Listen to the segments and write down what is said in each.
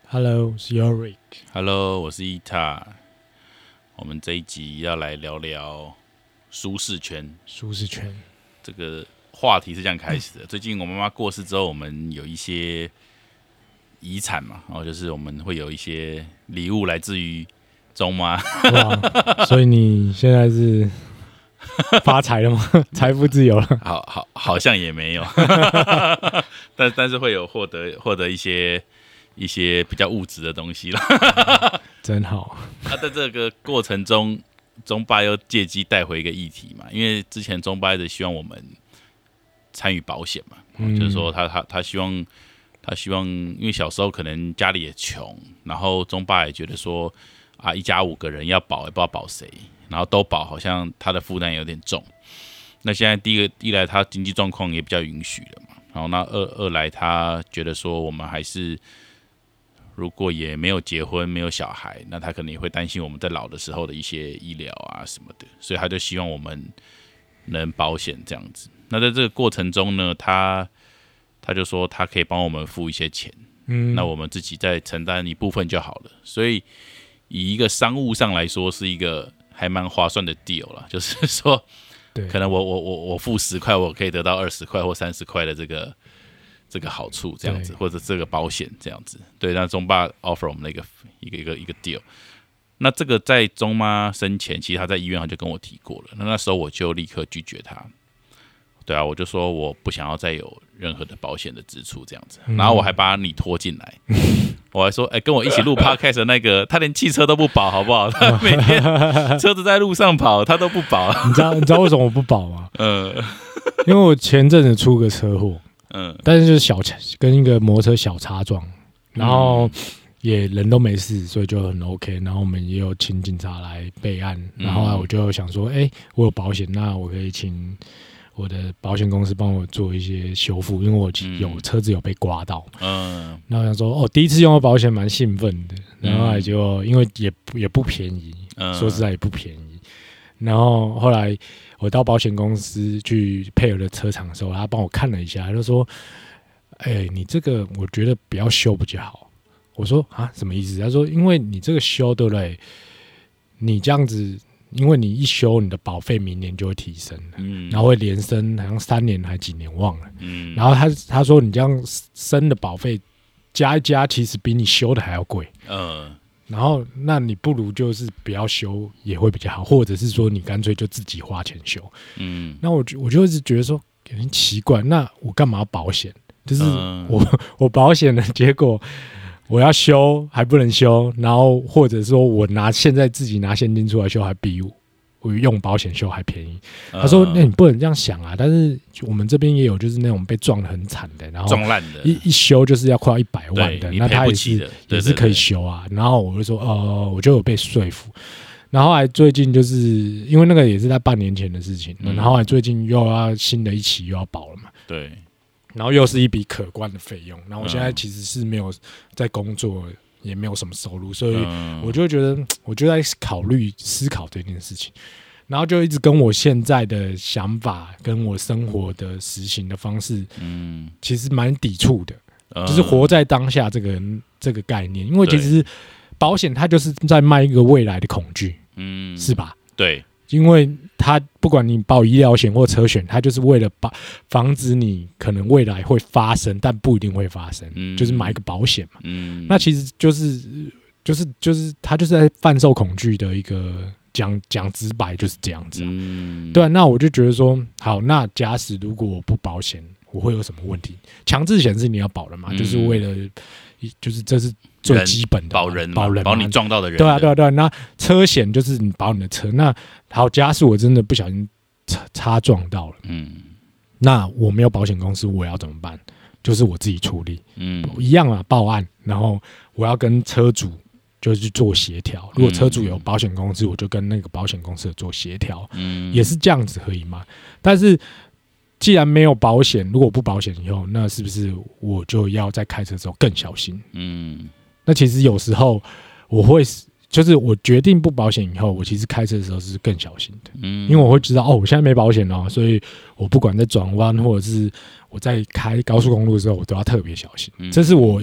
Hello， 我是 Yorick。 Hello， 我是伊塔。我们这一集要来聊聊舒适圈。 舒适圈这个话题是这样开始的。最近我妈妈过世之后，我们有一些遗产嘛，然后就是我们会有一些礼物来自于钟妈。 哇，所以你现在是发财了吗？财富自由了？ 好像也没有，但是会有获得一些比较物质的东西啦。 真好。 在这个过程中，钟爸又借机带回一个议题嘛，因为之前钟爸一直希望我们参与保险嘛，就是说他希望，因为小时候可能家里也穷，然后钟爸也觉得说啊，一家5个人要保也不知道保谁，然后都保好像他的负担有点重。那现在一来他经济状况也比较允许了嘛，然后那二来他觉得说我们还是如果也没有结婚没有小孩，那他可能也会担心我们在老的时候的一些医疗啊什么的，所以他就希望我们能保险这样子。那在这个过程中呢，他就说他可以帮我们付一些钱，那我们自己再承担一部分就好了。所以以一个商务上来说，是一个还蛮划算的 deal 啦，就是说，可能我付10块，我可以得到20块或30块的这个好处，这样子，或者这个保险这样子。对，那钟爸 offer 我们一个 deal。那这个在钟妈生前，其实他在医院他就跟我提过了，那时候我就立刻拒绝他。对啊，我就说我不想要再有任何的保险的支出这样子，然后我还把你拖进来，我还说，跟我一起录 podcast 的那个，他连汽车都不保，好不好？他每天车子在路上跑，他都不保。 你知道为什么我不保吗？因为我前阵子出个车祸，但是就是跟一个摩托车小擦撞，然后也人都没事，所以就很 OK。然后我们也有请警察来备案，然后后来我就想说，我有保险，那我可以请我的保险公司帮我做一些修复，因为我车子有被刮到。然后我想说，第一次用到保险蛮兴奋的，然后后来就因为也不便宜，说实在也不便宜。然后后来我到保险公司去配合的车厂的时候，他帮我看了一下，他就说：“你这个我觉得不要修比较好。”我说：“啊，什么意思？”他说：“因为你这个修对不对？你这样子。”因为你一修，你的保费明年就会提升，然后会连升，好像3年还几年忘了，然后他说你这样升的保费加一加，其实比你修的还要贵，然后那你不如就是不要修也会比较好，或者是说你干脆就自己花钱修，那我就一直觉得说有点奇怪，那我干嘛要保险？就是我保险的结果。我要修还不能修，然后或者说我现在自己拿现金出来修，还比我用保险修还便宜。他说：“那你不能这样想啊！但是我们这边也有就是那种被撞得很惨的，然后撞烂的， 一修就是要快要100万的，那他也是可以修啊。”然后我就说：“我就有被说服。”然后后来最近就是因为那个也是在半年前的事情，然后后来最近又要新的一期又要保了嘛。对。然后又是一笔可观的费用，然后我现在其实是没有在工作，也没有什么收入，所以我就觉得，我就在思考这件事情，然后就一直跟我现在的想法跟我生活的实行的方式，其实蛮抵触的，就是活在当下这个概念，因为其实保险它就是在卖一个未来的恐惧，是吧？对。因为它不管你保医疗险或车险，它就是为了防止你可能未来会发生，但不一定会发生，就是买一个保险嘛。那其实就是它就是在贩售恐惧的一个讲直白就是这样子。对啊，那我就觉得说，好，那假使如果我不保险，我会有什么问题？强制险是你要保的嘛，就是为了，就是这是最基本的保人保你撞到的人。 对啊。那车险就是你保你的车。那好，假使我真的不小心擦撞到了，那我没有保险公司，我要怎么办？就是我自己处理，一样啊，报案，然后我要跟车主就去做协调。如果车主有保险公司，我就跟那个保险公司做协调，也是这样子而已嘛。但是既然没有保险，如果不保险以后，那是不是我就要在开车的时候更小心？那其实有时候我会，就是我决定不保险以后，我其实开车的时候是更小心的，因为我会知道我现在没保险哦，所以我不管在转弯或者是我在开高速公路的时候，我都要特别小心。这是我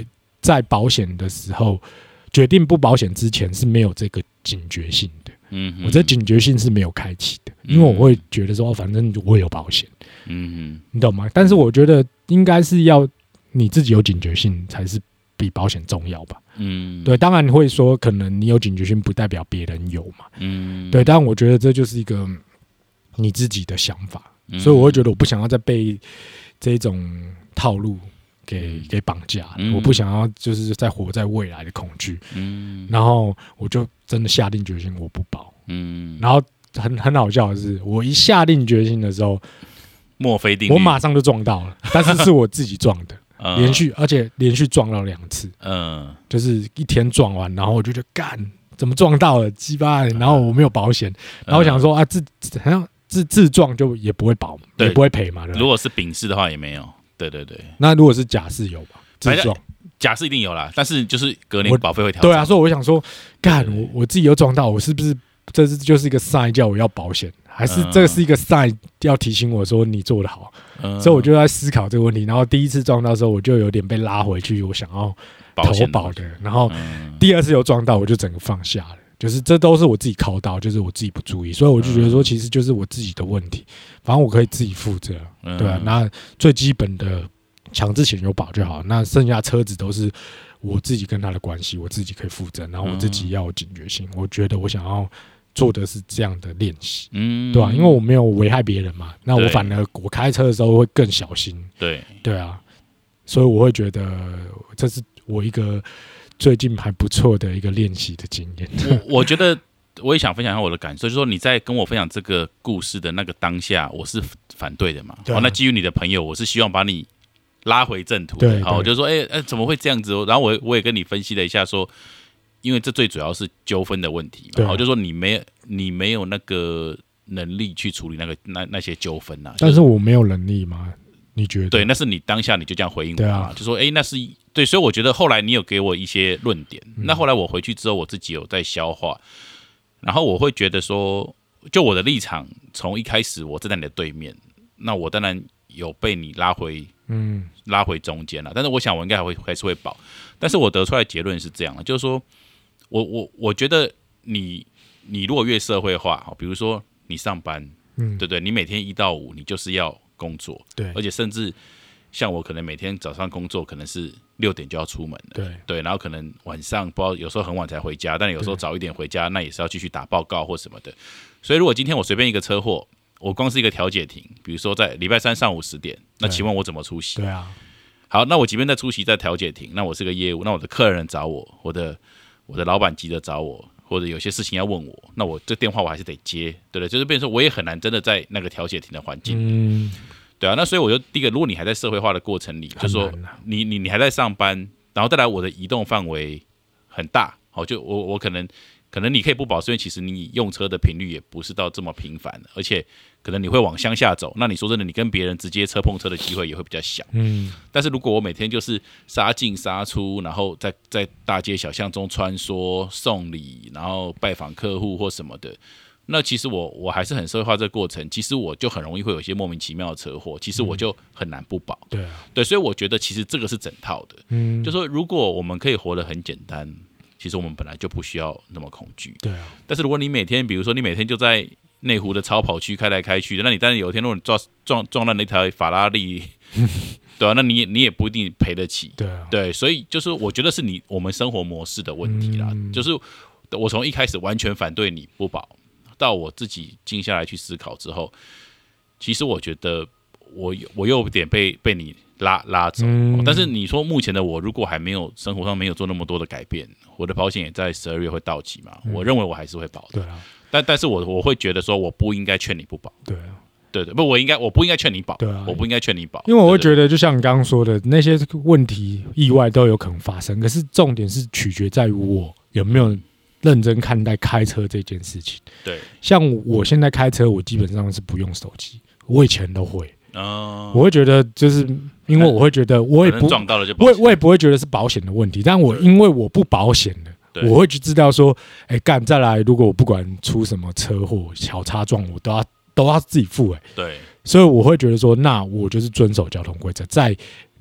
在保险的时候决定不保险之前是没有这个警觉性的。我这警觉性是没有开启的，因为我会觉得说，反正我有保险，你懂吗？但是我觉得应该是要你自己有警觉性才是比保险重要吧。对，当然会说可能你有警觉性不代表别人有嘛。对，但我觉得这就是一个你自己的想法，所以我会觉得我不想要再被这种套路给绑架，我不想要就是在活在未来的恐惧，然后我就真的下定决心我不保，然后很好笑的是，我一下定决心的时候， 墨菲定律， 我马上就撞到了，但是是我自己撞的，而且连续撞到2次，就是一天撞完，然后我就觉得干怎么撞到了鸡巴，然后我没有保险，然后我想说啊好像自撞就也不会保，也不会赔嘛， 如果是丙式的话也没有。对对对， 那如果是甲式有吧？自撞甲式一定有啦，但是就是隔年保费会调整。 对啊，所以我想说，干我自己有撞到，我是不是这就是一个 sign 叫我要保险，还是这个是一个 sign 要提醒我说你做得好？所以我就在思考这个问题。然后第一次撞到的时候，我就有点被拉回去，我想要投保的。然后第二次有撞到，我就整个放下了。就是这都是我自己考到，就是我自己不注意，所以我就觉得说，其实就是我自己的问题，反正我可以自己负责，对啊，那最基本的强制险有保就好，那剩下车子都是我自己跟他的关系，我自己可以负责，然后我自己要有警觉性。我觉得我想要做的是这样的练习，对吧？因为我没有危害别人嘛，那我反而我开车的时候会更小心，对啊，所以我会觉得这是我一个最近还不错的一个练习的经验。 我觉得我也想分享一下我的感受，就是说你在跟我分享这个故事的那个当下，我是反对的嘛。那基于你的朋友，我是希望把你拉回正途的。好，我就说，怎么会这样子？然后我也跟你分析了一下，说，因为这最主要是纠纷的问题嘛。我就说你没有那个能力去处理那些纠纷啊。 但是我没有能力吗？你觉得？ 对，那是你当下你就这样回应我嘛，就说那是对，所以我觉得后来你有给我一些论点，那后来我回去之后，我自己有在消化，然后我会觉得说，就我的立场，从一开始我站在你的对面，那我当然有被你拉回中间了，但是我想我应该还是会保，但是我得出来的结论是这样的，就是说我觉得你如果越社会化，比如说你上班，对不对？你每天1到5，你就是要工作， 对， 而且甚至像我可能每天早上工作可能是6点就要出门了，对，然后可能晚上不知道有时候很晚才回家，但有时候早一点回家，那也是要继续打报告或什么的。所以如果今天我随便一个车祸，我光是一个调解庭，比如说在礼拜3上午10点，那请问我怎么出席？ 对啊， 好，那我即便在出席在调解庭，那我是个业务，那我的客人找我，我的老板急着找我，或者有些事情要问我，那我这电话我还是得接，对不对？就是变成说我也很难真的在那个调解庭的环境，对啊。那所以我就第一个，如果你还在社会化的过程里，就是说你还在上班，然后再来我的移动范围很大，好，就我可能你可以不保，因为其实你用车的频率也不是到这么频繁，而且可能你会往乡下走，那你说真的，你跟别人直接车碰车的机会也会比较小。但是如果我每天就是杀进杀出，然后在大街小巷中穿梭送礼，然后拜访客户或什么的，那其实我还是很社会化这个过程，其实我就很容易会有一些莫名其妙的车祸，其实我就很难不保。对，所以我觉得其实这个是整套的。就说如果我们可以活得很简单，其实我们本来就不需要那么恐惧。 对啊。 但是如果你每天，比如说你每天就在内湖的超跑区开来开去的，那你当然有一天如果你撞到那台法拉利，对啊，那你也不一定赔得起。 对啊。 对，所以就是我觉得是我们生活模式的问题啦。就是我从一开始完全反对你不保，到我自己静下来去思考之后，其实我觉得我又有点被你拉走。但是你说目前的我，如果还没有生活上没有做那么多的改变，我的保险也在12月会到期嘛，我认为我还是会保的。 对啊。 但是我会觉得说，我不应该劝你不保。 对啊。 对，我不应该劝你保。 对啊。 我不应该劝你保， 因为我会觉得，就像你刚刚说的，那些问题意外都有可能发生，可是重点是取决在于我有没有认真看待开车这件事情。 对。 像我现在开车，我基本上是不用手机，我以前都会。我会觉得，就是因为我会觉得，我也不撞到了就我也不会觉得是保险的问题，但我因为我不保险的，我会去知道说，再来，如果我不管出什么车祸、小擦撞，我都要自己付。对，所以我会觉得说，那我就是遵守交通规则。在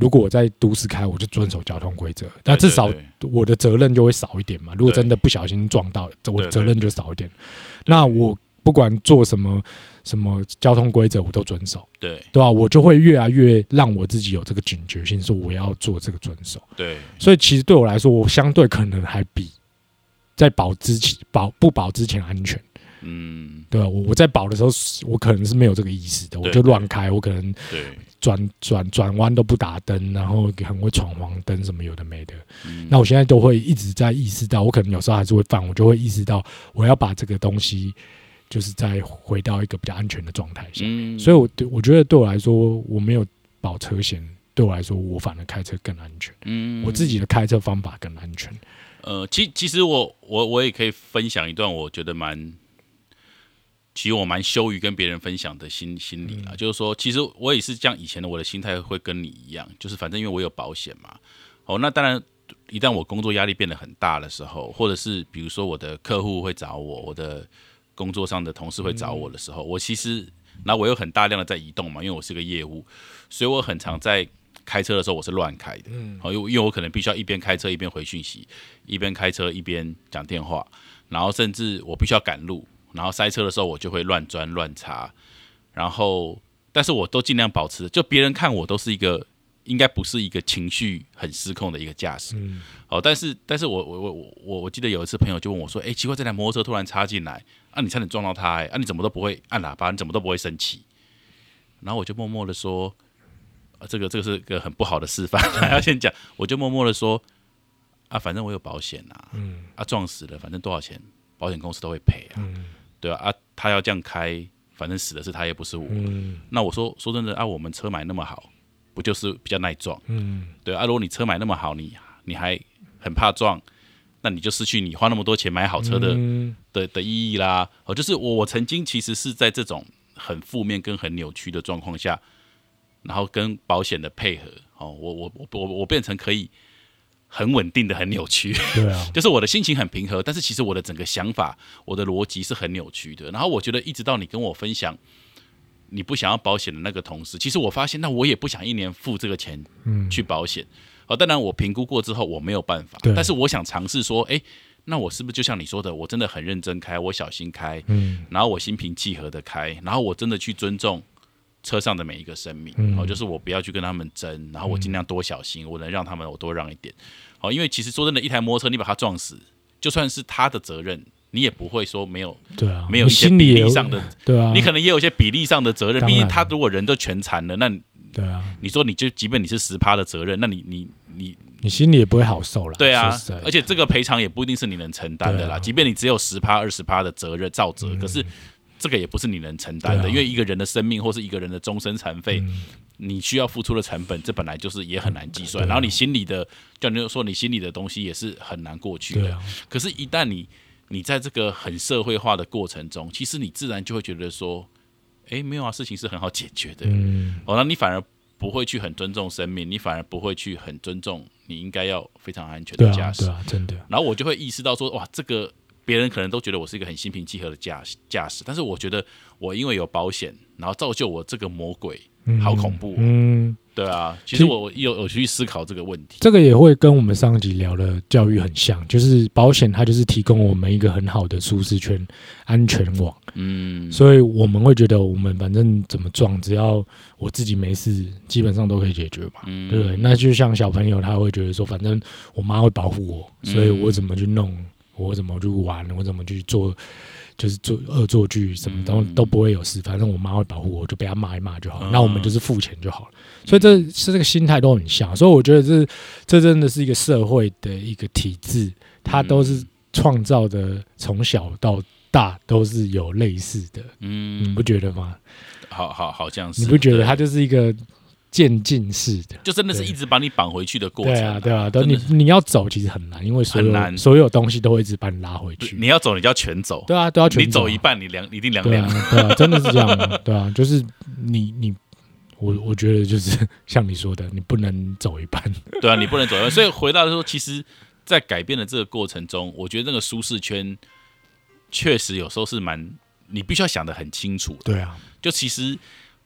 如果我在都市开，我就遵守交通规则，那至少我的责任就会少一点嘛。如果真的不小心撞到，我的责任就少一点。那我不管做什么交通规则，我都遵守，对吧？我就会越来越让我自己有这个警觉性，说我要做这个遵守。对，所以其实对我来说，我相对可能还比在不保之前安全。对吧？我在保的时候，我可能是没有这个意识的，我就乱开，我可能转弯都不打灯，然后很会闯黄灯什么有的没的。那我现在都会一直在意识到，我可能有时候还是会犯，我就会意识到我要把这个东西就是再回到一个比较安全的状态下。所以我觉得对我来说，我没有保车险，对我来说，我反而开车更安全。我自己的开车方法更安全。 其实我也可以分享一段，我觉得其实我蛮羞于跟别人分享的心理啦，就是说，其实我也是这样，以前的我的心态会跟你一样，就是反正因为我有保险嘛，那当然一旦我工作压力变得很大的时候，或者是比如说我的客户会找我，我的工作上的同事会找我的时候，我其实，然后我又很大量的在移动嘛，因为我是个业务，所以我很常在开车的时候我是乱开的，因为我可能必须要一边开车一边回讯息，一边开车一边讲电话，然后甚至我必须要赶路。然后塞车的时候，我就会乱钻乱插，然后，但是我都尽量保持，就别人看我都是应该不是一个情绪很失控的一个驾驶。但是我记得有一次朋友就问我说，奇怪，这台摩托车突然插进来，你差点撞到他，你怎么都不会按喇叭，你怎么都不会生气？然后我就默默的说，这个是个很不好的示范，要先讲，我就默默的说，反正我有保险撞死了，反正多少钱，保险公司都会赔对啊，他要这样开，反正死的是他，也不是我。那我说真的我们车买那么好，不就是比较耐撞？对啊，如果你车买那么好，你还很怕撞，那你就失去你花那么多钱买好车的意义啦。就是我曾经其实是在这种很负面跟很扭曲的状况下，然后跟保险的配合，我变成可以很稳定的很扭曲，对啊，就是我的心情很平和，但是其实我的整个想法，我的逻辑是很扭曲的。然后我觉得一直到你跟我分享你不想要保险的那个同时，其实我发现那我也不想一年付这个钱去保险。当然我评估过之后我没有办法，但是我想尝试说，那我是不是就像你说的，我真的很认真开，我小心开，然后我心平气和的开，然后我真的去尊重车上的每一个生命，就是我不要去跟他们争，然后我尽量多小心，我能让他们我多让一点。因为其实说真的，一台摩托车你把它撞死，就算是他的责任，你也不会说没有一些比例上的，对啊，你可能也有一些比例上的责任。毕竟他如果人都全残了，那对啊，你说你就即便你是10%的责任，那你心里也不会好受了。 对啊，而且这个赔偿也不一定是你能承担的啦。即便你只有10%、20%的责任造责，可是这个也不是你能承担的，因为一个人的生命或是一个人的终身残废，你需要付出的成本，这本来就是也很难计算。然后你心里的，就你说你心里的东西也是很难过去的。可是，一旦你在这个很社会化的过程中，其实你自然就会觉得说，没有事情是很好解决的。那你反而不会去很尊重生命，你反而不会去很尊重你应该要非常安全的驾驶。对啊，真的。然后我就会意识到说，哇，这个别人可能都觉得我是一个很心平气和的驾驶，但是我觉得我因为有保险，然后造就我这个魔鬼好恐怖。对啊，其实我有去思考这个问题。 这个也会跟我们上集聊的教育很像，就是保险它就是提供我们一个很好的舒适圈、安全网。所以我们会觉得我们反正怎么撞，只要我自己没事，基本上都可以解决嘛，对不对？那就像小朋友他会觉得说，反正我妈会保护我，所以我怎么去弄，我怎么去玩，我怎么去做。就是做恶作剧什么都不会有事，反正我妈会保护我，就被她骂一骂就好了。那我们就是付钱就好了。所以这个心态都很像，所以我觉得这真的是一个社会的一个体制，它都是创造的，从小到大都是有类似的。你不觉得吗？ 好像是。 你不觉得它就是一个渐进式的， 就真的是一直把你绑回去的过程。 对啊，你要走其实很难，因为所有东西都会一直把你拉回去。 你要走，你就要全走。 对啊，都要全走。 你走一半，你一定凉。 对啊，真的是这样。对啊，就是我觉得就是像你说的，你不能走一半。 对啊，你不能走一半。所以回到说，其实，在改变的这个过程中，我觉得那个舒适圈确实有时候是你必须要想得很清楚。 对啊， 就其实。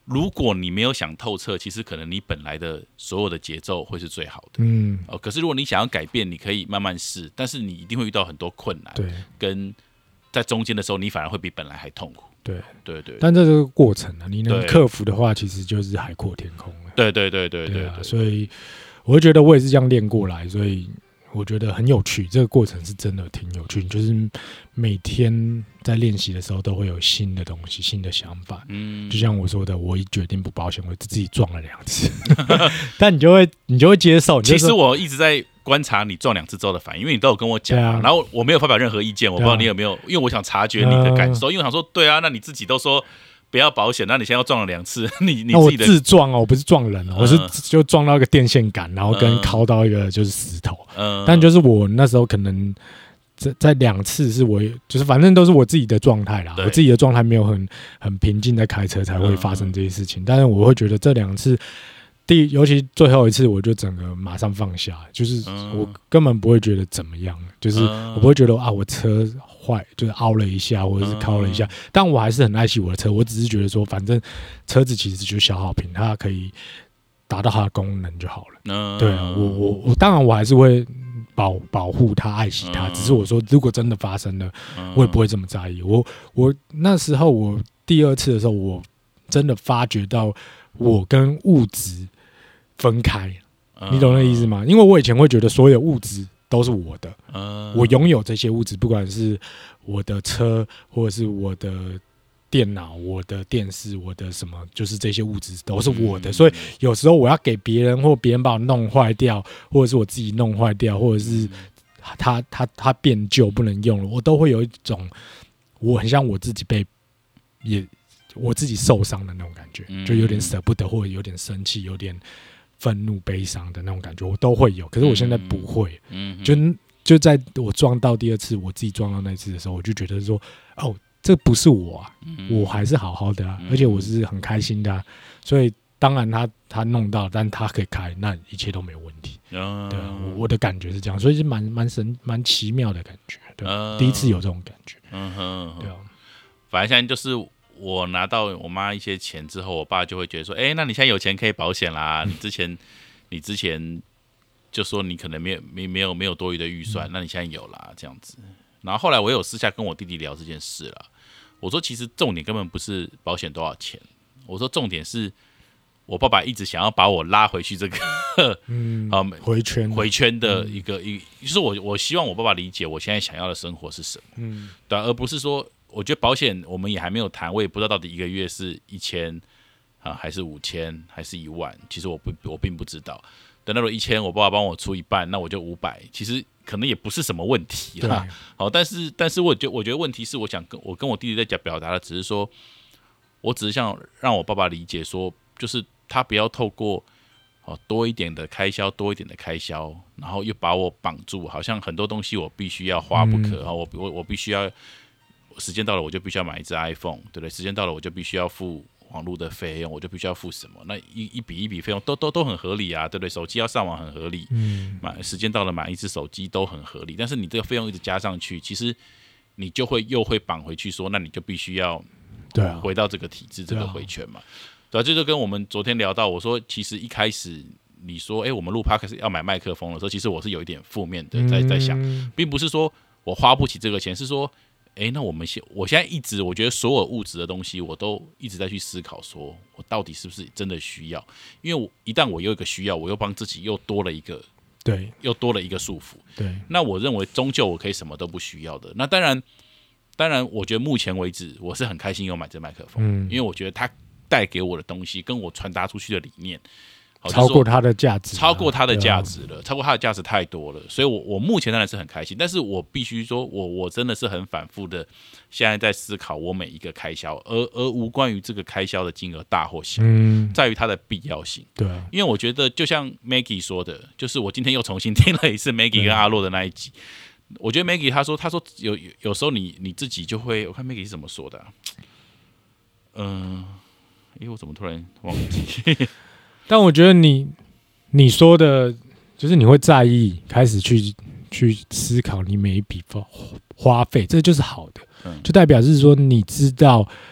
如果你没有想透彻，其实可能你本来的所有的节奏会是最好的。可是如果你想要改变，你可以慢慢试，但是你一定会遇到很多困难。 对， 跟在中间的时候，你反而会比本来还痛苦。对。 但这是个过程啊，你能克服的话，其实就是海阔天空了。 对。 所以我会觉得我也是这样练过来，所以我觉得很有趣，这个过程是真的挺有趣，就是每天在练习的时候都会有新的东西、新的想法。就像我说的，我一决定不保险，我自己撞了2次，但你就会接受。 其实我一直在观察你撞2次之后的反应，因为你都有跟我讲，然后我没有发表任何意见，我不知道你有没有，因为我想察觉你的感受，因为我想说，对啊，那你自己都说不要保险，那你现在又撞了2次，你自己的我自撞哦，我不是撞人哦，我是就撞到一个电线杆，然后跟敲到一个就是石头。但就是我那时候可能在2次是我就是反正都是我自己的状态啦，我自己的状态没有很平静在开车才会发生这些事情。但是我会觉得这2次，尤其最后一次，我就整个马上放下，就是我根本不会觉得怎么样，就是我不会觉得我车坏，就是凹了一下或者是敲了一下，但我还是很爱惜我的车。我只是觉得说，反正车子其实就是消耗品，它可以达到它的功能就好了。对啊，我当然我还是会保护它、爱惜它，只是我说如果真的发生了，我也不会这么在意。我那时候我第2次的时候，我真的发觉到我跟物质分开，你懂那意思吗？因为我以前会觉得所有物质都是我的，我拥有这些物质，不管是我的车，或者是我的电脑、我的电视、我的什么，就是这些物质都是我的。所以有时候我要给别人，或别人把我弄坏掉，或者是我自己弄坏掉，或者是它变旧不能用了，我都会有一种我很像我自己我自己受伤的那种感觉，就有点舍不得，或者有点生气，有点愤怒、悲伤的那种感觉，我都会有。可是我现在不会，就在我撞到第2次，我自己撞到那次的时候，我就觉得说，哦，这不是我啊，我还是好好的啊，而且我是很开心的啊。所以当然他弄到，但他可以开，那一切都没有问题。对啊，我的感觉是这样，所以是蛮奇妙的感觉。对啊，第一次有这种感觉。对啊， 反正现在就是。我拿到我妈一些钱之后，我爸就会觉得说：“那你现在有钱可以保险啦。你之前就说你可能没有多余的预算，那你现在有啦，这样子。”然后后来我有私下跟我弟弟聊这件事啦。我说：“其实重点根本不是保险多少钱，我说重点是我爸爸一直想要把我拉回去这个回圈的一个就是我希望我爸爸理解我现在想要的生活是什么，对，而不是说。”我觉得保险我们也还没有谈，我也不知道到底1个月是1000还是5000还是1万，其实我并不知道。等到了1000，我爸爸帮我出一半，那我就500，其实可能也不是什么问题啦。好，但是我觉得问题是，我跟我弟弟在表达的，只是说，我只是想让我爸爸理解说，就是他不要透过多一点的开销，然后又把我绑住，好像很多东西我必须要花不可，我必须要。时间到了，我就必须要买一只 iPhone， 对不对？时间到了，我就必须要付网络的费用，我就必须要付什么？那一笔费用都很合理啊，对不对？手机要上网很合理，时间到了买一只手机都很合理。但是你这个费用一直加上去，其实你又会绑回去说，那你就必须要回到这个体制，这个回圈嘛。对啊，这就跟我们昨天聊到，我说其实一开始你说，我们录 Podcast 要买麦克风的时候，其实我是有一点负面的在想，并不是说我花不起这个钱，是说。那我现在我觉得所有物质的东西，我都一直在去思考，说我到底是不是真的需要？因为一旦我有一个需要，我又帮自己又多了一个束缚。对，那我认为终究我可以什么都不需要的。那当然，我觉得目前为止我是很开心有买这麦克风，因为我觉得它带给我的东西跟我传达出去的理念。 超过它的价值， 超过它的价值了，超过它的价值太多了，所以我目前当然是很开心，但是我必须说，我真的是很反复的，现在在思考我每一个开销，而无关于这个开销的金额大或小，在于它的必要性。对，因为我觉得就像 Maggie 说的，就是我今天又重新听了一次 Maggie 跟阿洛的那一集，我觉得 Maggie 他说有时候你自己就会，我看 Maggie 是怎么说的，我怎么突然忘记？ 但我觉得你说的，就是你会在意，开始去思考你每一笔花费，这就是好的，就代表是说你知道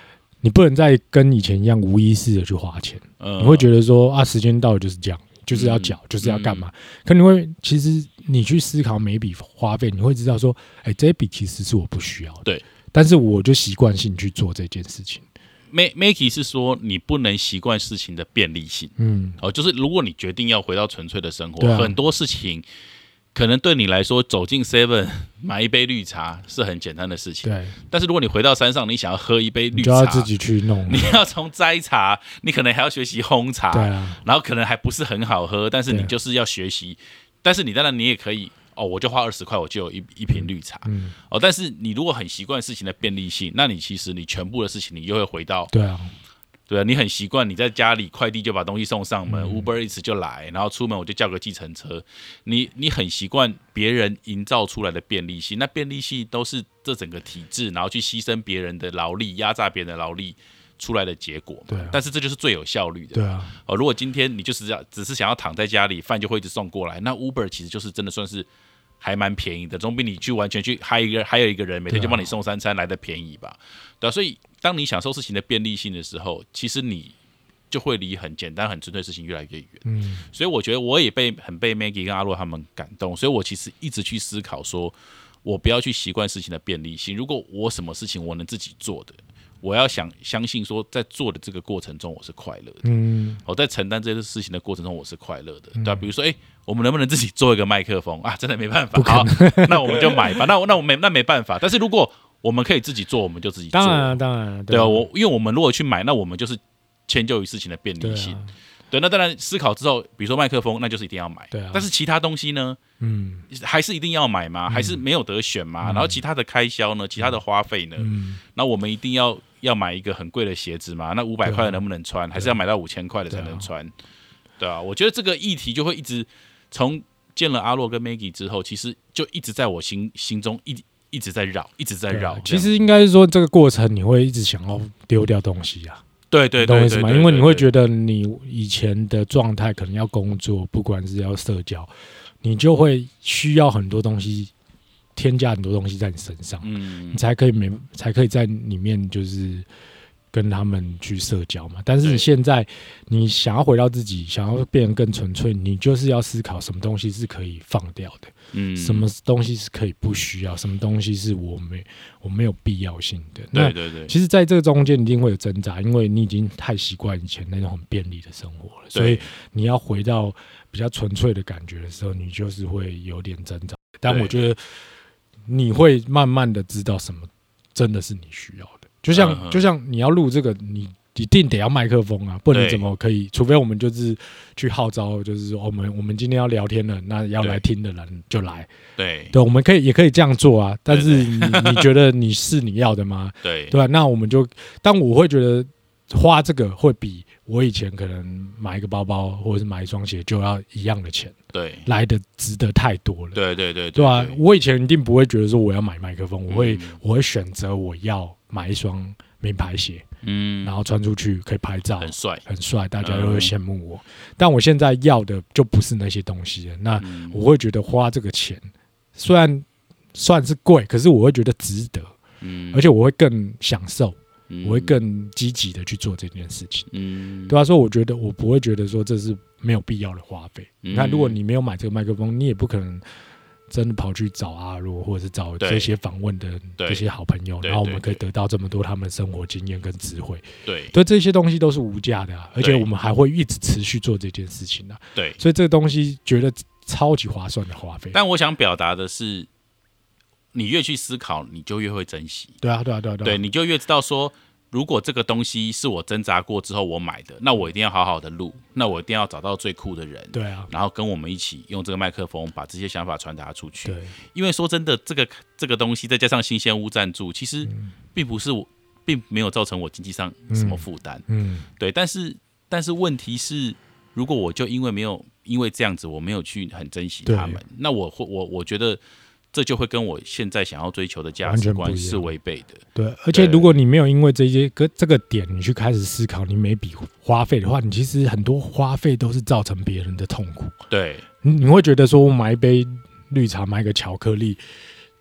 你不能再跟以前一样无意识的去花钱，你会觉得说啊，时间到了就是这样，就是要缴，就是要干嘛？可你会其实你去思考每一笔花费，你会知道说，这一笔其实是我不需要的， 对， 但是我就习惯性去做这件事情。 Maggie 是说你不能习惯事情的便利性，就是如果你决定要回到纯粹的生活，很多事情可能对你来说走进 Seven 买一杯绿茶是很简单的事情， 对。 但是如果你回到山上，你想要喝一杯绿茶， 你就要自己去弄， 你要从摘茶，你可能还要学习烘茶， 对啊， 然后可能还不是很好喝，但是你就是要学习，但是你当然你也可以。我就花20块，我就有一瓶绿茶。但是你如果很习惯事情的便利性，那你其实你全部的事情你又会回到对啊， 你很习惯你在家里快递就把东西送上门，Uber Eats 就来，然后出门我就叫个计程车。你很习惯别人营造出来的便利性，那便利性都是这整个体制，然后去牺牲别人的劳力，压榨别人的劳力出来的结果。 对啊， 但是这就是最有效率的。 对啊， 如果今天你就是只是想要躺在家里，饭就会一直送过来，那 Uber 其实就是真的算是还蛮便宜的，总比你去完全去还有一个人每天就帮你送3餐来的便宜吧？对啊，所以当你享受事情的便利性的时候，其实你就会离很简单、很纯粹的事情越来越远。所以我觉得我也很被 Maggie 跟阿洛他们感动，所以我其实一直去思考说，我不要去习惯事情的便利性。如果我什么事情我能自己做的，我要相信说，在做的这个过程中我是快乐的。我在承担这些事情的过程中我是快乐的，对吧？比如说，我们能不能自己做一个麦克风啊？真的没办法，好，那我们就买吧。那没办法。但是如果我们可以自己做，我们就自己做。 当然， 对啊，因为我们如果去买，那我们就是迁就于事情的便利性。对，那当然思考之后，比如说麦克风，那就是一定要买。 对啊。 但是其他东西呢？还是一定要买吗？还是没有得选吗？然后其他的开销呢？其他的花费呢？那我们一定要买一个很贵的鞋子吗？那500块的能不能穿？还是要买到5000块的才能穿？对啊，我觉得这个议题就会一直从见了阿洛跟 Maggie 之后，其实就一直在我心中一直在绕，一直在绕。 其实应该是说这个过程你会一直想要丢掉东西啊。 对， 懂我意思吗？因为你会觉得你以前的状态可能要工作，不管是要社交，你就会需要很多东西，添加很多东西在你身上，你才可以在里面就是跟他们去社交嘛。但是你现在你想要回到自己，想要变得更纯粹，你就是要思考什么东西是可以放掉的，什么东西是可以不需要，什么东西是我没有必要性的。 对， 其实在这个中间一定会有挣扎，因为你已经太习惯以前那种很便利的生活了，所以你要回到比较纯粹的感觉的时候，你就是会有点挣扎。但我觉得你会慢慢的知道什么真的是你需要的。就像你要录这个，你一定得要麦克风啊，不然你怎么可以？除非我们就是去号召，就是说我们今天要聊天了，那要来听的人就来。对，我们也可以这样做啊。但是你觉得你要的吗？对吧？那我们就，但我会觉得花这个会比我以前可能买一个包包或者是买一双鞋就要一样的钱，来的值得太多了。对吧？我以前一定不会觉得说我要买麦克风，我会选择我要买一双名牌鞋，然后穿出去可以拍照，很帅，大家都会羡慕我。但我现在要的就不是那些东西了，那我会觉得花这个钱虽然算是贵，可是我会觉得值得，而且我会更享受，我会更积极的去做这件事情，对吧？所以我觉得我不会觉得说这是没有必要的花费。你看，如果你没有买这个麦克风，你也不可能真的跑去找阿洛，或者是找这些访问的这些好朋友，然后我们可以得到这么多他们的生活经验跟智慧。对，这些东西都是无价的啊，而且我们还会一直持续做这件事情啊。所以这个东西觉得超级划算的花费。 但我想表达的是，你越去思考，你就越会珍惜。对，你就越知道说，如果这个东西是我挣扎过之后我买的，那我一定要好好的录，那我一定要找到最酷的人，然后跟我们一起用这个麦克风把这些想法传达出去。因为说真的，这个东西再加上新鲜屋赞助，其实并没有造成我经济上什么负担。对，但是问题是，如果我就因为这样子我没有去很珍惜他们，那我觉得这就会跟我现在想要追求的价值观是违背的。 对，而且如果你没有因为这个点你去开始思考你每笔花费的话，你其实很多花费都是造成别人的痛苦。 对， 你会觉得说我买一杯绿茶，买一个巧克力，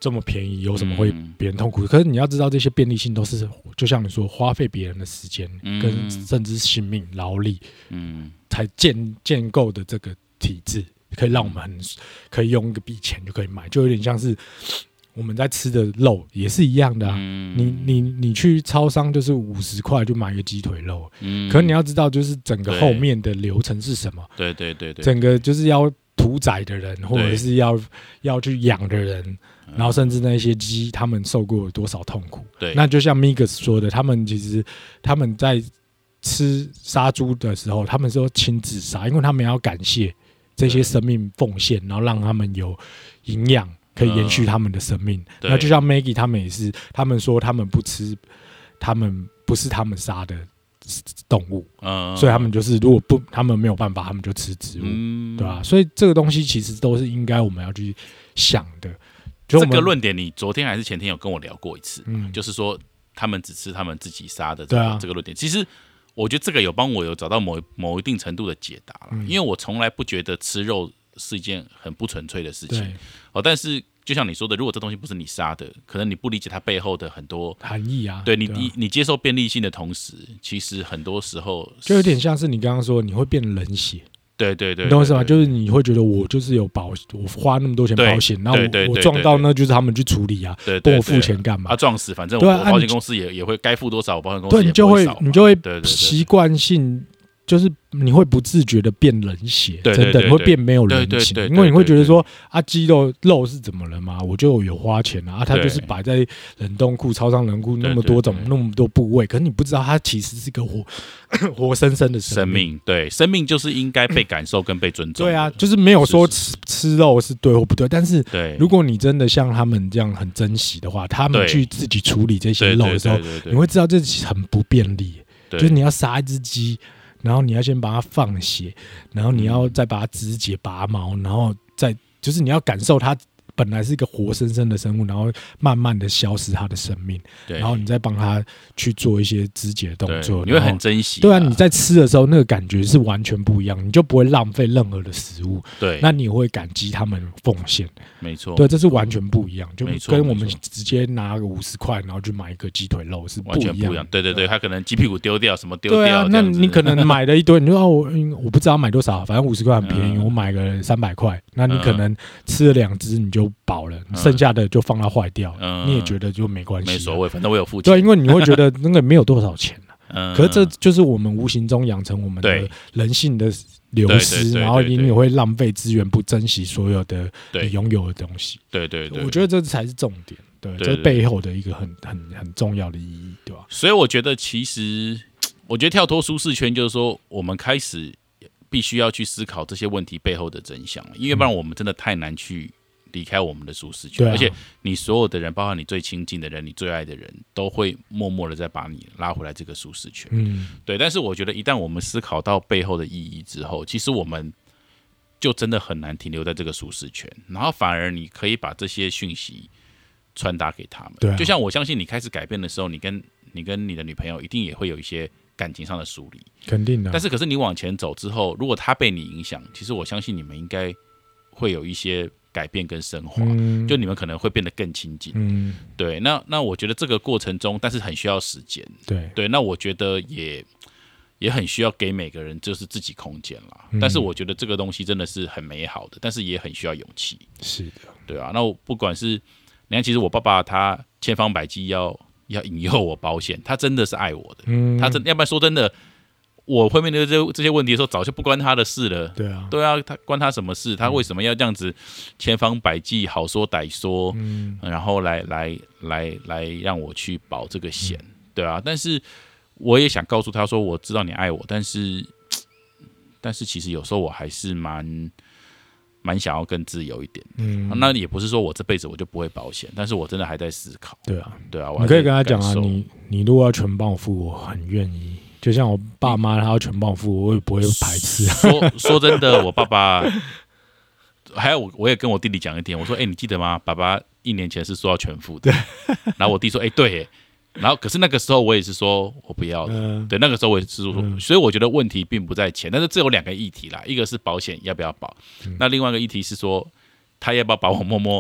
这么便宜，有什么会别人痛苦？可是你要知道，这些便利性都是就像你说，花费别人的时间跟甚至性命、劳力，才建构的这个体制，可以让我们可以用一笔钱就可以买，就有点像是。我们在吃的肉也是一样的啊，你去超商就是50块就买一个鸡腿肉，可是你要知道就是整个后面的流程是什么， 对， 整个就是要屠宰的人或者是要去养的人，然后甚至那些鸡他们受过多少痛苦， 对， 那就像 Migas 说的，他们在吃杀猪的时候，他们说亲自杀，因为他们要感谢这些生命奉献，然后让他们有营养。可以延续他们的生命。那就像 Maggie 他们也是，他们说他们不吃，他们不是他们杀的动物，所以他们就是如果不他们没有办法，他们就吃植物，对吧？所以这个东西其实都是应该我们要去想的。 这个论点，你昨天还是前天有跟我聊过一次，就是说他们只吃他们自己杀的这个论点。其实我觉得这个有帮我有找到某一定程度的解答了，因为我从来不觉得吃肉是一件很不纯粹的事情，但是就像你说的，如果这东西不是你杀的，可能你不理解它背后的很多含义啊。 对你接受便利性的同时，其实很多时候就有点像是你刚刚说，你会变冷血。 对， 你懂我意思吗？就是你会觉得我就是有我花那么多钱保险，那我撞到那就是他们去处理啊，跟我付钱干嘛？ 撞死，反正我保险公司也会该付多少，保险公司也不会少， 你就会习惯性。就是你会不自觉的变冷血，真的你会变没有人情，因为你会觉得说啊，鸡肉是怎么了嘛？我就有花钱啊，它就是摆在冷冻库、超商冷库那么多种、那么多部位，可是你不知道它其实是一个活生生的生命。 对，生命就是应该被感受跟被尊重。对啊，就是没有说吃肉是对或不对，但是如果你真的像他们这样很珍惜的话，他们去自己处理这些肉的时候，你会知道这很不便利，就是你要杀一只鸡。然后你要先把它放血，然后你要再把它肢解拔毛，然后再就是你要感受它本来是一个活生生的生物，然后慢慢的消失它的生命，然后你再帮它去做一些肢解的动作， 你会很珍惜。 对啊，你在吃的时候那个感觉是完全不一样，你就不会浪费任何的食物。 对， 那你会感激他们奉献。 没错， 对，这是完全不一样，就跟我们直接拿个50块，然后去买一个鸡腿肉是完全不一样。对，他可能鸡屁股丢掉，什么丢掉。 对啊，那你可能买了一堆，你说我不知道买多少，反正50块很便宜，我买个300块，那你可能吃了2只你就饱了，剩下的就放它坏掉，你也觉得就没关系， 没所谓，反正我有付钱。 对，因为你会觉得那个没有多少钱可是这就是我们无形中养成我们的人性的流失，然后你也会浪费资源，不珍惜所有的你拥有的东西。 对， 我觉得这才是重点。对，这背后的一个很重要的意义，对吧？ 所以我觉得，其实我觉得跳脱舒适圈，就是说我们开始必须要去思考这些问题背后的真相，因为不然我们真的太难去离开我们的舒适圈，而且你所有的人，包括你最亲近的人、你最爱的人，都会默默的再把你拉回来这个舒适圈。对。但是我觉得，一旦我们思考到背后的意义之后，其实我们就真的很难停留在这个舒适圈，然后反而你可以把这些讯息传达给他们。对，就像我相信你开始改变的时候，你跟你的女朋友一定也会有一些感情上的梳理， 肯定的。 但是可是你往前走之后，如果他被你影响，其实我相信你们应该会有一些改变跟升华，就你们可能会变得更亲近。对。那我觉得这个过程中，但是很需要时间。对。那我觉得也很需要给每个人就是自己空间啦。但是我觉得这个东西真的是很美好的，但是也很需要勇气。 是的。 对啊。那我不管是你看，其实我爸爸他千方百计要引诱我保险，他真的是爱我的。他要不然说真的。我会面对这些问题的时候，早就不关他的事了。对啊，他关他什么事？他为什么要这样子千方百计、好说歹说，然后来让我去保这个险？对啊，但是我也想告诉他说，我知道你爱我，但是其实有时候我还是蛮想要更自由一点。那也不是说我这辈子我就不会保险，但是我真的还在思考。对啊， 你可以跟他讲啊，你如果要全帮我付，我很愿意。就像我爸妈，他要全帮我付，我也不会排斥。 说真的，我爸爸还有我也跟我弟弟讲一点，我说：“你记得吗？爸爸1年前是说要全付的。”然后我弟说：“对。”然后可是那个时候我也是说我不要了。对，那个时候我也是说，所以我觉得问题并不在钱，但是这有2个议题啦，一个是保险要不要保，那另外一个议题是说他要不要把我默默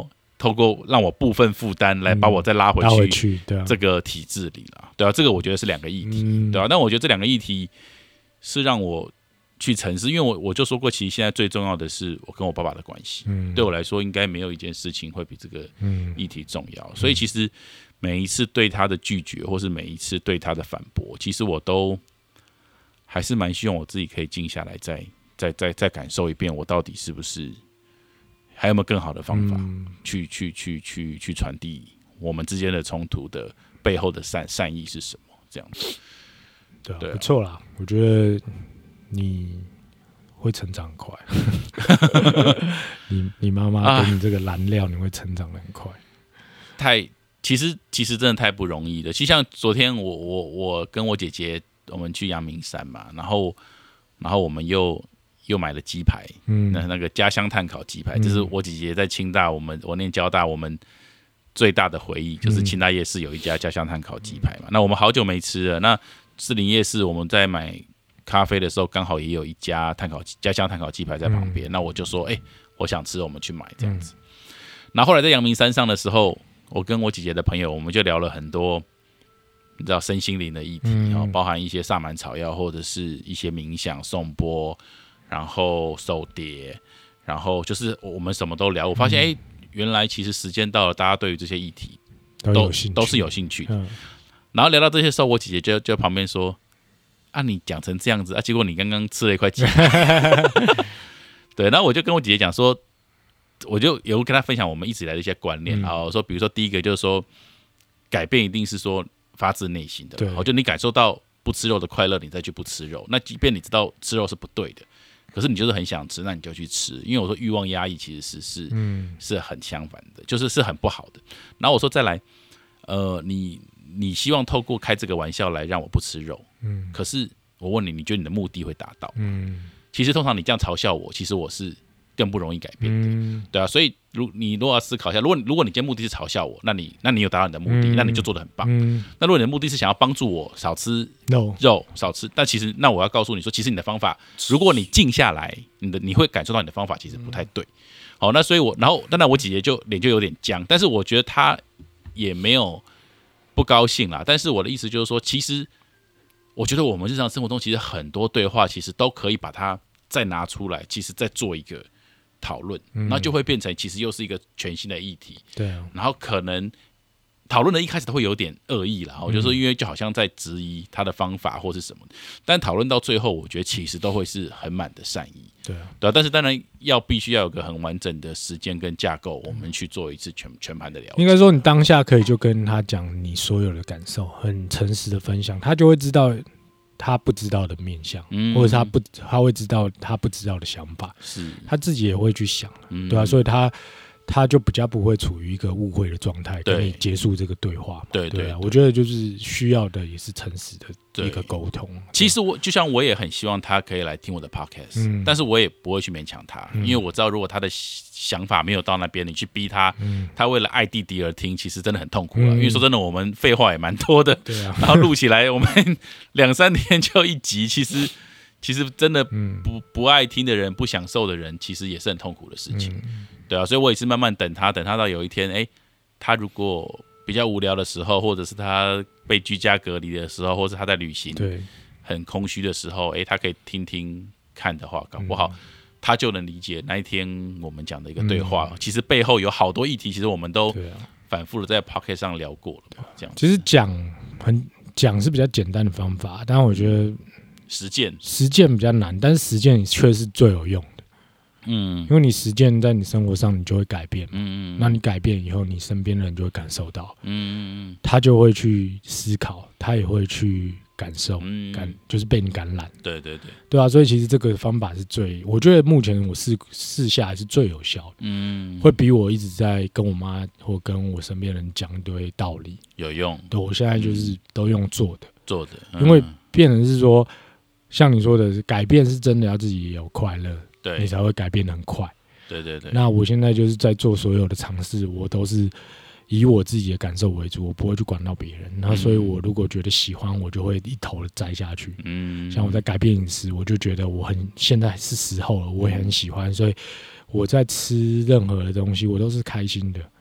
透过让我部分负担来把我再拉回去这个体制里啦，对啊，这个我觉得是2个议题，对啊，但我觉得这2个议题是让我去沉思，因为我就说过，其实现在最重要的是我跟我爸爸的关系，对我来说应该没有一件事情会比这个议题重要，所以其实每一次对他的拒绝，或是每一次对他的反驳，其实我都还是蛮希望我自己可以静下来再感受一遍，我到底是不是还有没有更好的方法去传递我们之间的冲突的背后的善意是什么？这样子， 对啊，不错啦，我觉得你会成长很快。你妈妈给你这个燃料，你会成长得很快。 其实真的太不容易了。其实像昨天我跟我姐姐我们去阳明山嘛，然后我们又买了鸡排，那个家乡炭烤鸡排，这是我姐姐在清大，我念交大，我们最大的回忆就是清大夜市有一家家乡炭烤鸡排嘛。那我们好久没吃了，那士林夜市我们在买咖啡的时候，刚好也有一家家乡炭烤鸡排在旁边，那我就说，我想吃，我们去买这样子。然后后来在阳明山上的时候，我跟我姐姐的朋友，我们就聊了很多，你知道身心灵的议题，包含一些萨满草药，或者是一些冥想、颂钵，然后手碟，然后就是我们什么都聊。我发现，原来其实时间到了，大家对于这些议题都是有兴趣的。然后聊到这些时候，我姐姐就旁边说：“啊，你讲成这样子啊，结果你刚刚吃了一块鸡排。”对，然后我就跟我姐姐讲说。我就有跟他分享我们一直以来的一些观念，然后说，比如说第一个就是说，改变一定是说发自内心的，就你感受到不吃肉的快乐，你再去不吃肉。那即便你知道吃肉是不对的，可是你就是很想吃，那你就去吃。因为我说欲望压抑其实是很相反的，就是很不好的。然后我说再来，你希望透过开这个玩笑来让我不吃肉，可是我问你，你觉得你的目的会达到吗？其实通常你这样嘲笑我，其实我是更不容易改变的，对啊，所以你如果要思考一下，如果你今天目的是嘲笑我，那你有达到你的目的，那你就做得很棒。那如果你的目的是想要帮助我少吃肉，少吃，但其实那我要告诉你说，其实你的方法，如果你静下来，你会感受到你的方法其实不太对。好，那所以然后当然我姐姐脸就有点僵，但是我觉得她也没有不高兴啦。但是我的意思就是说，其实我觉得我们日常生活中其实很多对话，其实都可以把它再拿出来，其实再做一个讨论，然后就会变成其实又是一个全新的议题。 对啊， 然后可能讨论的一开始都会有点恶意啦，我就说因为就好像在质疑他的方法或是什么，但讨论到最后，我觉得其实都会是很满的善意。 对啊， 但是当然必须要有个很完整的时间跟架构，我们去做一次全盘的了解。 应该说，你当下可以就跟他讲你所有的感受，很诚实的分享，他就会知道他不知道的面向，或者他会知道他不知道的想法，是他自己也会去想，对啊，所以他就比较不会处于一个误会的状态，跟你结束这个对话嘛。对啊，我觉得就是需要的也是诚实的一个沟通。 其实就像我也很希望他可以来听我的 podcast，但是我也不会去勉强他，因为我知道如果他的想法没有到那边，你去逼他，他为了爱弟弟而听，其实真的很痛苦了。因为说真的，我们废话也蛮多的，对啊，然后录起来我们2-3天就一集，其实真的不爱听的人、不享受的人，其实也是很痛苦的事情。对啊，所以我也是慢慢等他到有一天，他如果比较无聊的时候，或者是他被居家隔离的时候，或者他在旅行很空虚的时候，他可以听听看的话，搞不好他就能理解那一天我们讲的一个对话，其实背后有好多议题，其实我们都反复的在 Podcast 上聊过了。这样，其实讲是比较简单的方法，但我觉得实践比较难，但是实践却是最有用的。因为你实践在你生活上，你就会改变嘛。那你改变以后，你身边的人就会感受到，他就会去思考，他也会去感受，就是被你感染。对啊，所以其实这个方法是我觉得目前我试下来是最有效的。会比我一直在跟我妈或跟我身边人讲一堆道理有用。 对，我现在就是都用做的，因为变成是说，像你说的，改变是真的要自己有快乐。你才会改变得很快。 对。 那我现在就是在做所有的尝试，我都是以我自己的感受为主，我不会去管到别人。那所以我如果觉得喜欢，我就会一头的栽下去。像我在改变饮食，我就觉得现在是时候了，我也很喜欢，所以我在吃任何的东西，我都是开心的。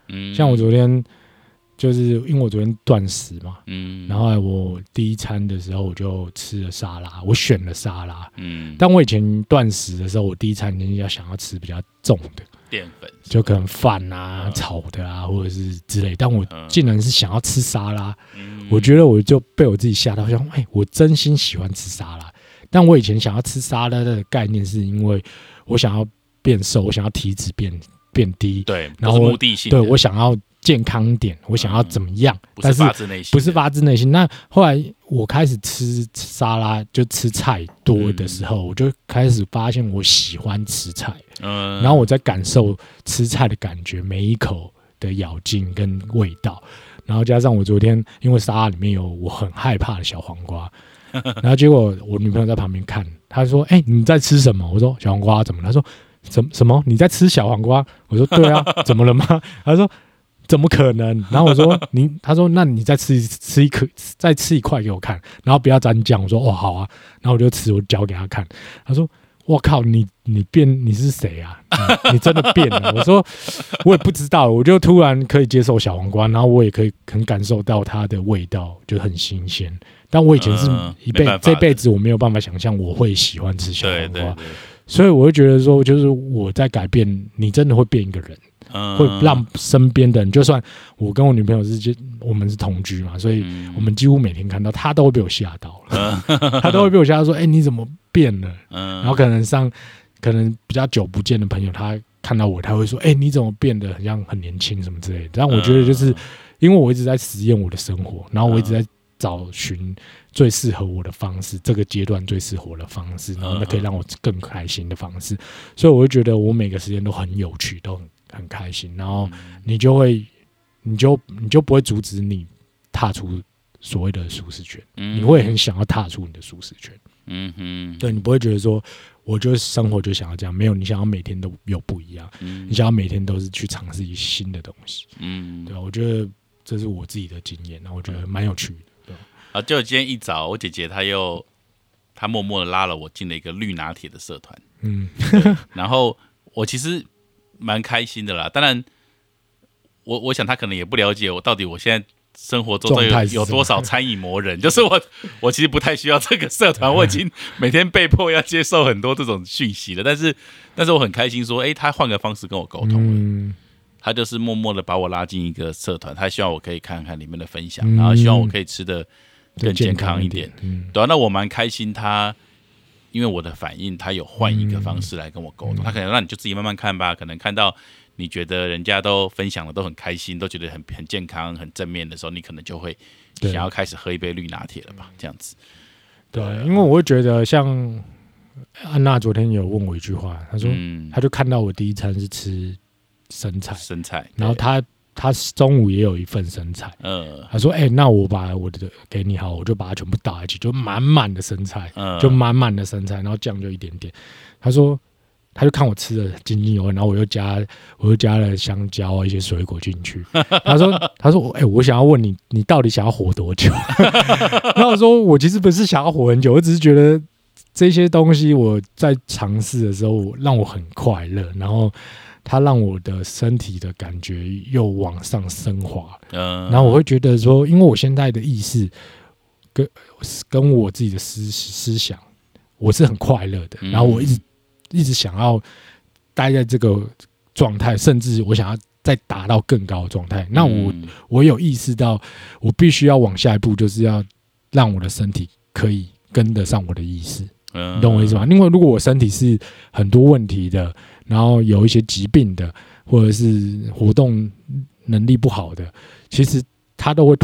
像我昨天就是因为我昨天断食嘛，然后我第一餐的时候我就吃了沙拉，我选了沙拉，但我以前断食的时候，我第一餐想要吃比较重的淀粉， 就可能饭啊、炒的啊，或者是之类，但我竟然是想要吃沙拉，我觉得我就被我自己吓到，想，我真心喜欢吃沙拉，但我以前想要吃沙拉的概念是因为我想要变瘦，我想要体脂变低， 对， 然后目的性的， 对我想要健康一点，我想要怎么样， 不是发自内心， 不是发自内心。那后来我开始吃沙拉，就吃菜多的时候，我就开始发现我喜欢吃菜，然后我在感受吃菜的感觉，每一口的咬劲跟味道，然后加上我昨天因为沙拉里面有我很害怕的小黄瓜。然后结果我女朋友在旁边看，她说：“你在吃什么？”我说：“小黄瓜怎么了？”她说：“什么？你在吃小黄瓜？”我说：“对啊，怎么了吗？”她说：“怎么可能？”然后我说：“她说那你再吃一块给我看，然后不要沾酱。”我说：“哦，好啊。”然后我就吃，我嚼给她看。她说：“我靠，你是谁啊？你真的变了。”我说：“我也不知道。”我就突然可以接受小黄瓜，然后我也可以很感受到它的味道，就很新鲜。但我以前是这辈子我没有办法想象我会喜欢吃小黄瓜，所以我会觉得说，就是我在改变，你真的会变一个人，会让身边的人，就算我跟我女朋友我们是同居嘛，所以我们几乎每天看到她都会被我吓到了，她都会被我吓到说，你怎么变了？然后可能比较久不见的朋友，他看到我，他会说，你怎么变得很像很年轻什么之类的。但我觉得就是因为我一直在实验我的生活，然后我一直在找寻最适合我的方式，这个阶段最适合我的方式，然后那可以让我更开心的方式，所以我会觉得我每个时间都很有趣，都很开心，然后你就不会阻止你踏出所谓的舒适圈，你会很想要踏出你的舒适圈，对，你不会觉得说我就是生活就想要这样，没有，你想要每天都有不一样，你想要每天都是去尝试一些新的东西，对，我觉得这是我自己的经验，然后我觉得蛮有趣的。 就今天一早，我姐姐她默默的拉了我进了一个绿拿铁的社团，然后我其实蛮开心的啦。当然，我想她可能也不了解我到底我现在生活中有多少餐饮魔人，就是我其实不太需要这个社团，我已经每天被迫要接受很多这种讯息了。但是我很开心说，她换个方式跟我沟通了。他就是默默的把我拉进一个社团，他希望我可以看看里面的分享，然后希望我可以吃的更健康一点。对啊，那我蛮开心他，因为我的反应，他有换一个方式来跟我沟通。他可能让你就自己慢慢看吧，可能看到你觉得人家都分享的都很开心，都觉得很健康、很正面的时候，你可能就会想要开始喝一杯绿拿铁了吧？这样子。 对，因为我会觉得像安娜昨天有问我一句话，她说，她就看到我第一餐是吃生菜，然后他中午也有一份生菜，他说：“那我把我的给你好，我就把它全部倒在一起，就满满的生菜，就满满的生菜，然后酱就一点点。”他说，他就看我吃的津津有味，然后我又加了香蕉啊一些水果进去。他说，我想要问你，你到底想要活多久？然后我说，我其实不是想要活很久，我只是觉得这些东西我在尝试的时候让我很快乐，然后它让我的身体的感觉又往上升华，然后我会觉得说，因为我现在的意识跟我自己的思想，我是很快乐的，然后我一直想要待在这个状态，甚至我想要再达到更高的状态。那我有意识到，我必须要往下一步，就是要让我的身体可以跟得上我的意识。你懂我意思吗？因为如果我身体是很多问题的，然后有一些疾病的，或者是活动能力不好的，其实它都会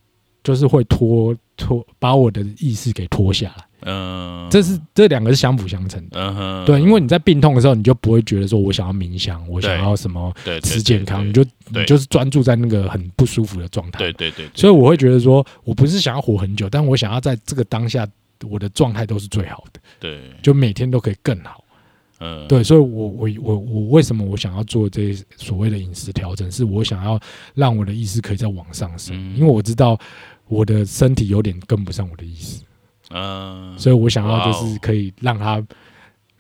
把我的意识给拖下来。这两个是相辅相成的。对，因为你在病痛的时候，你就不会觉得说我想要冥想，我想要什么吃健康，你就是专注在那个很不舒服的状态。对。所以我会觉得说，我不是想要活很久，但我想要在这个当下，我的状态都是最好的。对，就每天都可以更好。对，所以我为什么我想要做这些所谓的饮食调整，是我想要让我的意识可以再往上升，因为我知道我的身体有点跟不上我的意识，所以我想要就是可以让它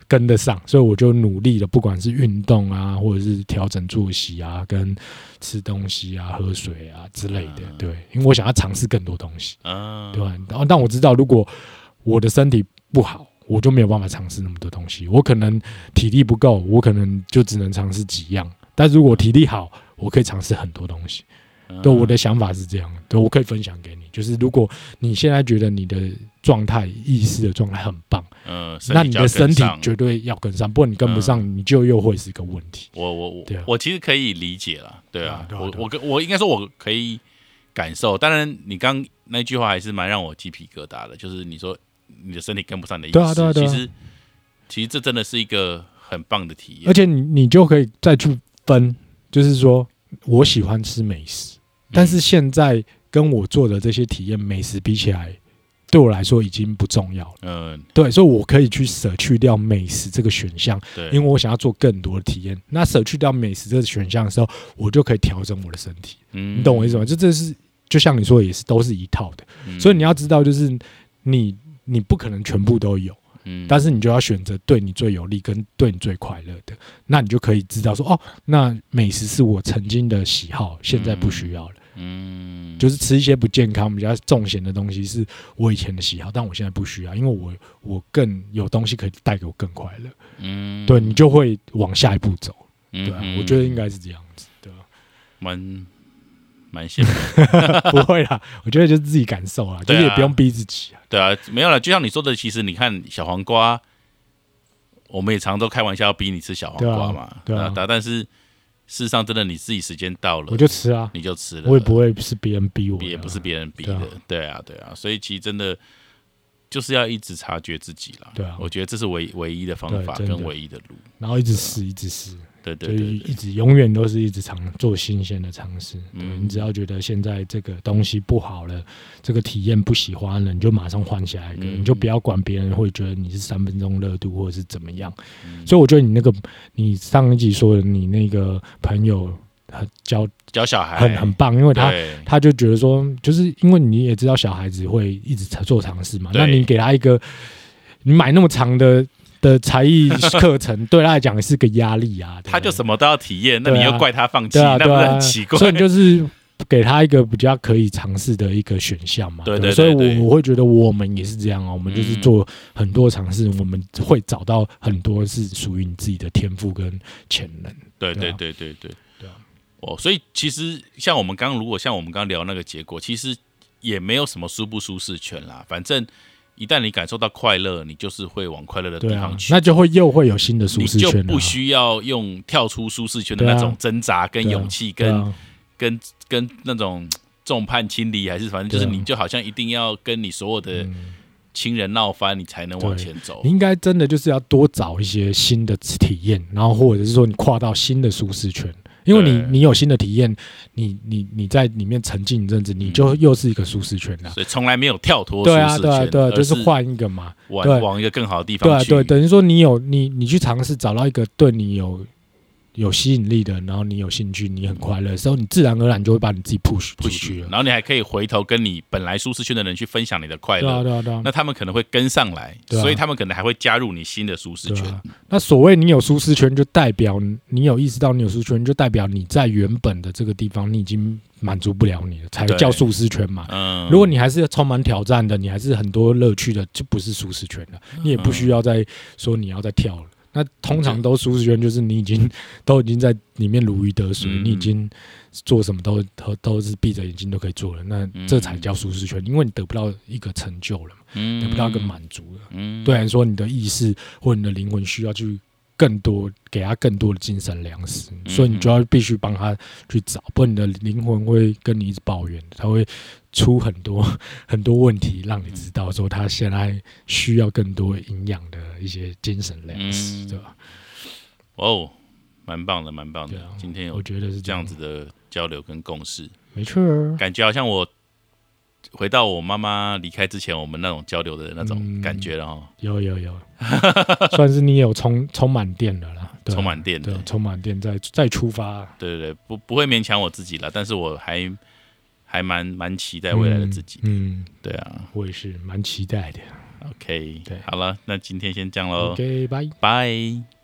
跟得上，所以我就努力的，不管是运动啊，或者是调整作息啊，跟吃东西啊、喝水啊之类的，对，因为我想要尝试更多东西，对吧？然后但我知道，如果我的身体不好，我就没有办法尝试那么多东西。我可能体力不够，我可能就只能尝试几样。但如果体力好，我可以尝试很多东西。对，我的想法是这样，对，我可以分享给你。就是如果你现在觉得你的状态、意识的状态很棒，那你的身体绝对要跟上，不然你跟不上，你就又会是一个问题。 我其实可以理解啦，对啊，我应该说我可以感受。当然，你刚那句话还是蛮让我鸡皮疙瘩的，就是你说你的身体跟不上你的意识，其实这真的是一个很棒的体验， 而且你就可以再去分，就是说我喜欢吃美食。但是现在跟我做的这些体验美食比起来，对我来说已经不重要了。对，所以我可以去舍去掉美食这个选项，因为我想要做更多的体验。那舍去掉美食这个选项的时候，我就可以调整我的身体。你懂我意思吗？这是就像你说的，也是都是一套的。所以你要知道，就是你不可能全部都有。但是你就要选择对你最有利跟对你最快乐的，那你就可以知道说，哦，那美食是我曾经的喜好，现在不需要了。就是吃一些不健康、比较重咸的东西是我以前的喜好，但我现在不需要，因为我更有东西可以带给我更快乐。对，你就会往下一步走。对啊，我觉得应该是这样子，对吧？ 蛮羡慕， 不会啦，我觉得就是自己感受啦，就是也不用逼自己啊。 对啊，没有啦，就像你说的，其实你看小黄瓜，我们也常都开玩笑逼你吃小黄瓜嘛，对啊。但是事实上，真的你自己时间到了， 我就吃啊， 你就吃了， 我也不会是别人逼我， 也不是别人逼的，对啊。所以其实真的就是要一直察觉自己啦。对啊，我觉得这是唯一的方法跟唯一的路， 然后一直试，一直试。 对， 一直永远都是一直做新鲜的尝试。你只要觉得现在这个东西不好了，这个体验不喜欢了，你就马上换下一个，你就不要管别人会觉得你是3分钟热度或者是怎么样。所以我觉得你上一集说的你那个朋友教小孩很棒，因为他就觉得说，就是因为你也知道小孩子会一直做尝试嘛，那你给他一个你买那么长的才艺课程，对他来讲也是个压力啊。 他就什么都要体验，那你又怪他放弃，那不是很奇怪？ 所以就是给他一个比较可以尝试的一个选项嘛。对，所以我会觉得我们也是这样啊，我们就是做很多尝试，我们会找到很多是属于你自己的天赋跟潜能。 对啊。所以其实像我们刚刚聊那个结果，其实也没有什么舒不舒适圈啦，反正。一旦你感受到快乐，你就是会往快乐的地方去， 那就又会有新的舒适圈， 你就不需要用跳出舒适圈的那种挣扎跟勇气，跟那种众叛亲离，还是反正就是你就好像一定要跟你所有的亲人闹翻，你才能往前走。 你应该真的就是要多找一些新的体验，然后或者是说你跨到新的舒适圈。因为你有新的体验，你在里面沉浸一阵子，你就又是一个舒适圈了。 所以从来没有跳脱舒适圈， 对啊，就是换一个嘛， 往一个更好的地方去。 对，等于说你去尝试找到一个对你有吸引力的，然后你有兴趣，你很快乐的时候，你自然而然就会把你自己 push 出去了。 然后你还可以回头跟你本来舒适圈的人去分享你的快乐。 对啊。 那他们可能会跟上来，所以他们可能还会加入你新的舒适圈。 那所谓你有舒适圈，就代表你有意识到你有舒适圈，就代表你在原本的这个地方你已经满足不了你了，才叫舒适圈嘛。如果你还是充满挑战的，你还是很多乐趣的，就不是舒适圈了。你也不需要再说你要再跳了。那通常都舒适圈，就是你都已经在里面如鱼得水，你已经做什么都是闭着眼睛都可以做了，那这才叫舒适圈，因为你得不到一个成就了嘛，得不到一个满足了。对来说，你的意识或你的灵魂需要去给他更多的精神粮食，所以你就要必须帮他去找，不然你的灵魂会跟你一直抱怨，他会出很多问题，让你知道说他现在需要更多营养的一些精神粮食，对吧？ 哦，蛮棒的。今天我觉得是这样子的交流跟共识， 没错， 感觉好像我回到我妈妈离开之前，我们那种交流的那种感觉了哈。 有，算是你有充满电了啦， 充满电的， 充满电再出发。 对，不会勉强我自己啦，但是我还蛮期待未来的自己。对啊， 我也是蛮期待的。 OK， 对， 好了，那今天先这样喽。 OK，拜拜。